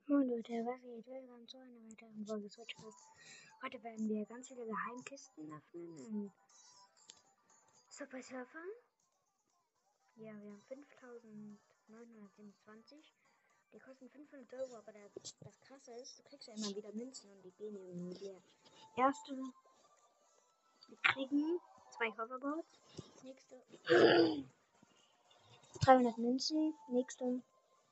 Moin Leute, was geht? Willkommen zu einer weiteren Folge Switchcast. Heute werden wir ganz viele Geheimkisten öffnen in Subway Surfer. Ja, wir haben 5.927. Die kosten 500 Euro, aber das Krasse ist, du kriegst ja immer wieder Münzen und die gehen irgendwie leer. Erste, wir kriegen 2 Hoverboards. Nächste, 300 Münzen. Nächste,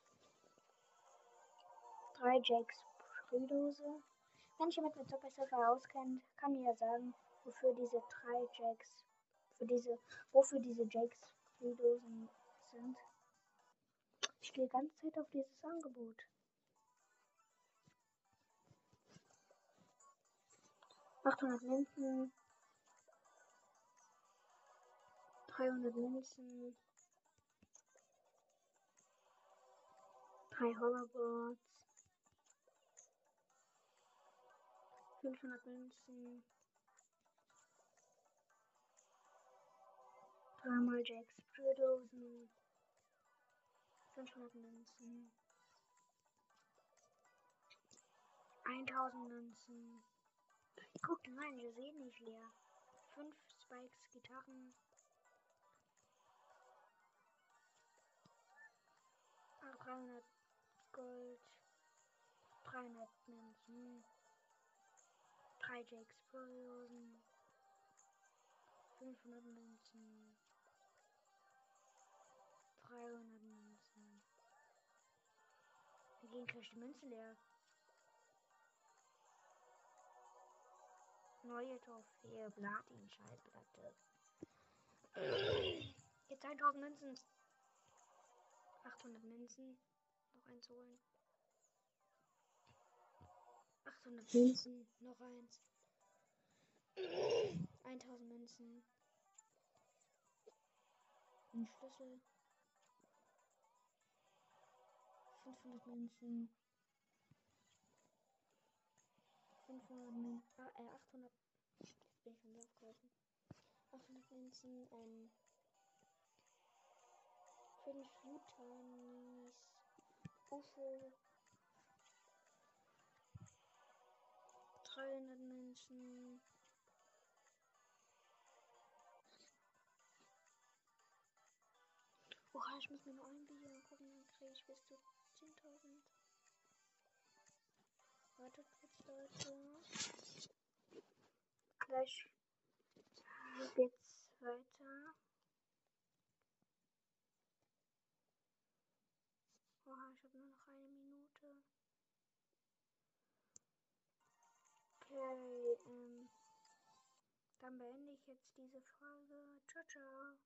3 Jakes Sprühdose. Wenn sich jemand mit Subway Surfer auskennt, kann mir ja sagen, wofür diese 3 Jakes, wofür diese Jakes Sprühdosen sind. Ich stehe die ganze Zeit auf dieses Angebot. $800 Münzen, 300 Münzen, 3 Hoverboards, 500 Münzen, 3 mal Jakes Sprühdosen, 500 Münzen, 1000 Münzen. Guckt, nein, wir sehen nicht leer. 5 Spikes Gitarren, 300 Gold, 300 Münzen, 3 Jakes Sprühdosen, 500 Münzen, 300 Münzen. Wir gehen gleich die Münze leer. Neue Trophäe, Platin-Schallplatte. Jetzt 1000 Münzen. 800 Münzen. Noch eins holen. 800 Münzen. Noch eins. 1000 Münzen. Ein Schlüssel. 500 Münzen. 500 Münzen. 800. Jetzt bin ich von mir aufgerufen. 800 Münzen. 5 Jutanis. UFO. 300 Münzen. Oha, ich muss mir nur einbiegen. Gucken, dann kriege ich bis zu 10.000. Wartet kurz, Leute. Gleich geht's weiter. Oha, ich habe nur noch eine Minute. Okay, dann beende ich jetzt diese Folge. Ciao, ciao.